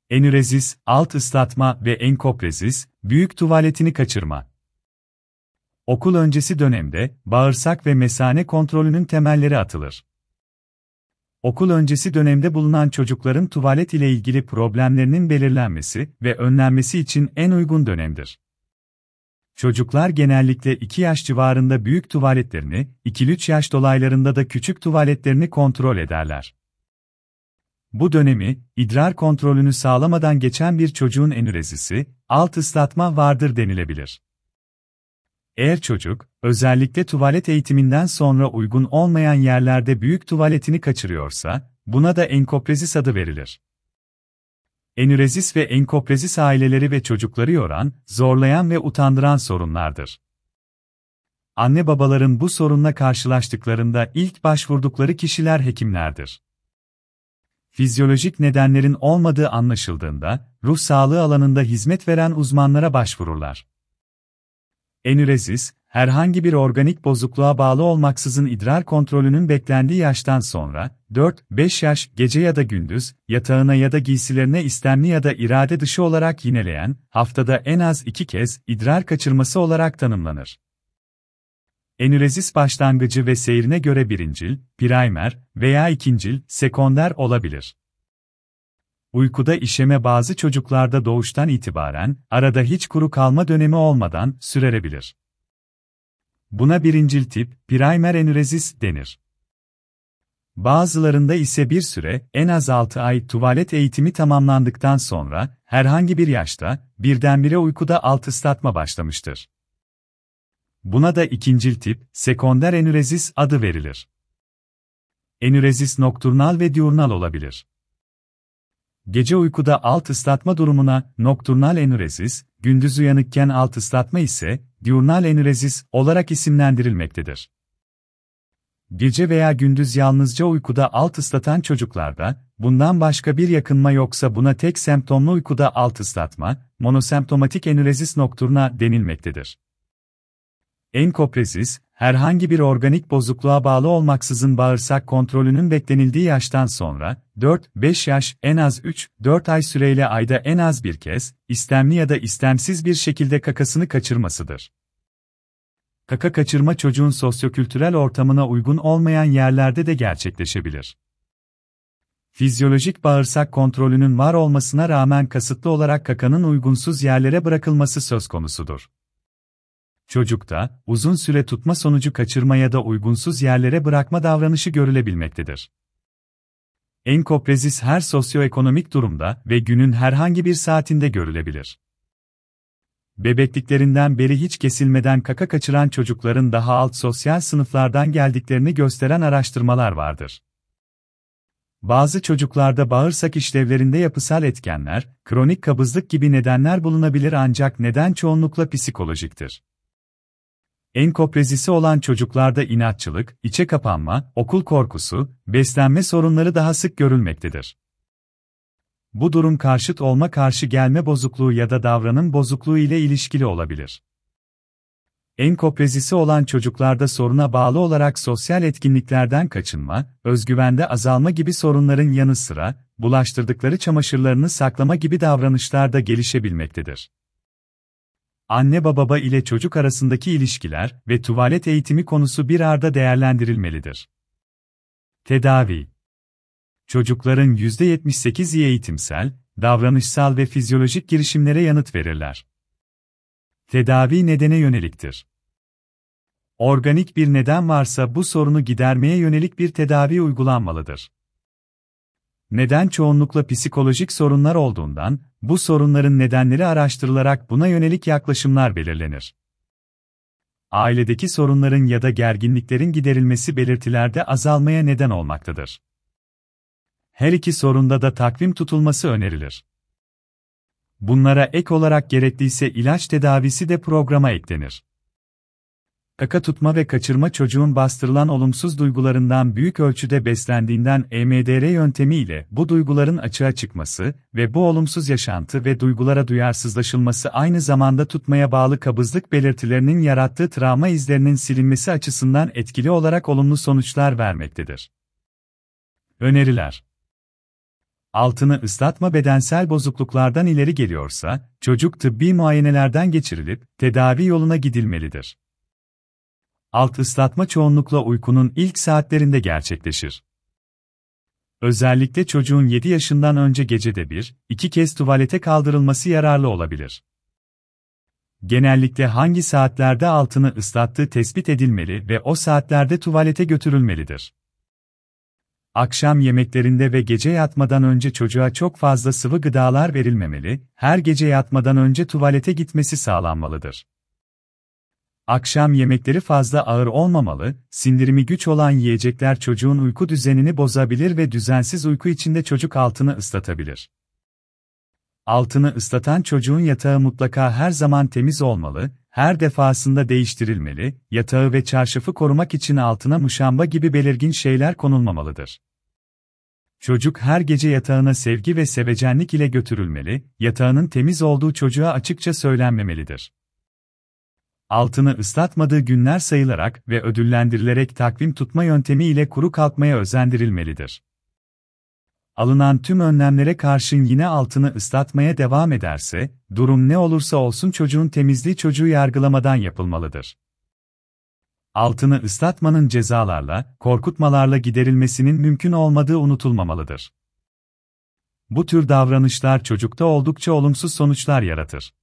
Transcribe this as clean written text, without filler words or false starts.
Enürezis, alt ıslatma ve enkoprezis, büyük tuvaletini kaçırma. Okul öncesi dönemde, bağırsak ve mesane kontrolünün temelleri atılır. Okul öncesi dönemde bulunan çocukların tuvalet ile ilgili problemlerinin belirlenmesi ve önlenmesi için en uygun dönemdir. Çocuklar genellikle 2 yaş civarında büyük tuvaletlerini, 2-3 yaş dolaylarında da küçük tuvaletlerini kontrol ederler. Bu dönemi, idrar kontrolünü sağlamadan geçen bir çocuğun enürezisi, alt ıslatma vardır denilebilir. Eğer çocuk, özellikle tuvalet eğitiminden sonra uygun olmayan yerlerde büyük tuvaletini kaçırıyorsa, buna da enkoprezis adı verilir. Enürezis ve enkoprezis aileleri ve çocukları yoran, zorlayan ve utandıran sorunlardır. Anne babaların bu sorunla karşılaştıklarında ilk başvurdukları kişiler hekimlerdir. Fizyolojik nedenlerin olmadığı anlaşıldığında, ruh sağlığı alanında hizmet veren uzmanlara başvururlar. Enürezis, herhangi bir organik bozukluğa bağlı olmaksızın idrar kontrolünün beklendiği yaştan sonra, 4-5 yaş, gece ya da gündüz, yatağına ya da giysilerine istemli ya da irade dışı olarak yineleyen, haftada en az 2 kez, idrar kaçırması olarak tanımlanır. Enürezis başlangıcı ve seyrine göre birincil, primer veya ikincil, sekonder olabilir. Uykuda işeme bazı çocuklarda doğuştan itibaren, arada hiç kuru kalma dönemi olmadan, sürebilir. Buna birincil tip, primer enürezis denir. Bazılarında ise bir süre, en az 6 ay tuvalet eğitimi tamamlandıktan sonra, herhangi bir yaşta, birdenbire uykuda alt ıslatma başlamıştır. Buna da ikincil tip, sekonder enürezis adı verilir. Enürezis nokturnal ve diurnal olabilir. Gece uykuda alt ıslatma durumuna nokturnal enürezis, gündüz uyanıkken alt ıslatma ise diurnal enürezis olarak isimlendirilmektedir. Gece veya gündüz yalnızca uykuda alt ıslatan çocuklarda, bundan başka bir yakınma yoksa buna tek semptomlu uykuda alt ıslatma, monosemptomatik enürezis nokturna denilmektedir. Enkoprezis, herhangi bir organik bozukluğa bağlı olmaksızın bağırsak kontrolünün beklenildiği yaştan sonra, 4-5 yaş, en az 3-4 ay süreyle ayda en az bir kez, istemli ya da istemsiz bir şekilde kakasını kaçırmasıdır. Kaka kaçırma çocuğun sosyokültürel ortamına uygun olmayan yerlerde de gerçekleşebilir. Fizyolojik bağırsak kontrolünün var olmasına rağmen kasıtlı olarak kakanın uygunsuz yerlere bırakılması söz konusudur. Çocukta, uzun süre tutma sonucu kaçırma ya da uygunsuz yerlere bırakma davranışı görülebilmektedir. Enkoprezis her sosyoekonomik durumda ve günün herhangi bir saatinde görülebilir. Bebekliklerinden beri hiç kesilmeden kaka kaçıran çocukların daha alt sosyal sınıflardan geldiklerini gösteren araştırmalar vardır. Bazı çocuklarda bağırsak işlevlerinde yapısal etkenler, kronik kabızlık gibi nedenler bulunabilir ancak neden çoğunlukla psikolojiktir. Enkoprezisi olan çocuklarda inatçılık, içe kapanma, okul korkusu, beslenme sorunları daha sık görülmektedir. Bu durum karşıt olma karşı gelme bozukluğu ya da davranım bozukluğu ile ilişkili olabilir. Enkoprezisi olan çocuklarda soruna bağlı olarak sosyal etkinliklerden kaçınma, özgüvende azalma gibi sorunların yanı sıra, bulaştırdıkları çamaşırlarını saklama gibi davranışlar da gelişebilmektedir. Anne baba ile çocuk arasındaki ilişkiler ve tuvalet eğitimi konusu bir arada değerlendirilmelidir. Tedavi. Çocukların %78'i eğitimsel, davranışsal ve fizyolojik girişimlere yanıt verirler. Tedavi nedene yöneliktir. Organik bir neden varsa bu sorunu gidermeye yönelik bir tedavi uygulanmalıdır. Neden çoğunlukla psikolojik sorunlar olduğundan, bu sorunların nedenleri araştırılarak buna yönelik yaklaşımlar belirlenir. Ailedeki sorunların ya da gerginliklerin giderilmesi belirtilerde azalmaya neden olmaktadır. Her iki sorunda da takvim tutulması önerilir. Bunlara ek olarak gerekliyse ilaç tedavisi de programa eklenir. Kaka tutma ve kaçırma çocuğun bastırılan olumsuz duygularından büyük ölçüde beslendiğinden EMDR yöntemiyle bu duyguların açığa çıkması ve bu olumsuz yaşantı ve duygulara duyarsızlaşılması aynı zamanda tutmaya bağlı kabızlık belirtilerinin yarattığı travma izlerinin silinmesi açısından etkili olarak olumlu sonuçlar vermektedir. Öneriler. Altını ıslatma bedensel bozukluklardan ileri geliyorsa, çocuk tıbbi muayenelerden geçirilip, tedavi yoluna gidilmelidir. Alt ıslatma çoğunlukla uykunun ilk saatlerinde gerçekleşir. Özellikle çocuğun 7 yaşından önce gecede 1-2 kez tuvalete kaldırılması yararlı olabilir. Genellikle hangi saatlerde altını ıslattığı tespit edilmeli ve o saatlerde tuvalete götürülmelidir. Akşam yemeklerinde ve gece yatmadan önce çocuğa çok fazla sıvı gıdalar verilmemeli, her gece yatmadan önce tuvalete gitmesi sağlanmalıdır. Akşam yemekleri fazla ağır olmamalı, sindirimi güç olan yiyecekler çocuğun uyku düzenini bozabilir ve düzensiz uyku içinde çocuk altını ıslatabilir. Altını ıslatan çocuğun yatağı mutlaka her zaman temiz olmalı, her defasında değiştirilmeli, yatağı ve çarşafı korumak için altına muşamba gibi belirgin şeyler konulmamalıdır. Çocuk her gece yatağına sevgi ve sevecenlik ile götürülmeli, yatağının temiz olduğu çocuğa açıkça söylenmemelidir. Altını ıslatmadığı günler sayılarak ve ödüllendirilerek takvim tutma yöntemi ile kuru kalkmaya özendirilmelidir. Alınan tüm önlemlere karşın yine altını ıslatmaya devam ederse, durum ne olursa olsun çocuğun temizliği çocuğu yargılamadan yapılmalıdır. Altını ıslatmanın cezalarla, korkutmalarla giderilmesinin mümkün olmadığı unutulmamalıdır. Bu tür davranışlar çocukta oldukça olumsuz sonuçlar yaratır.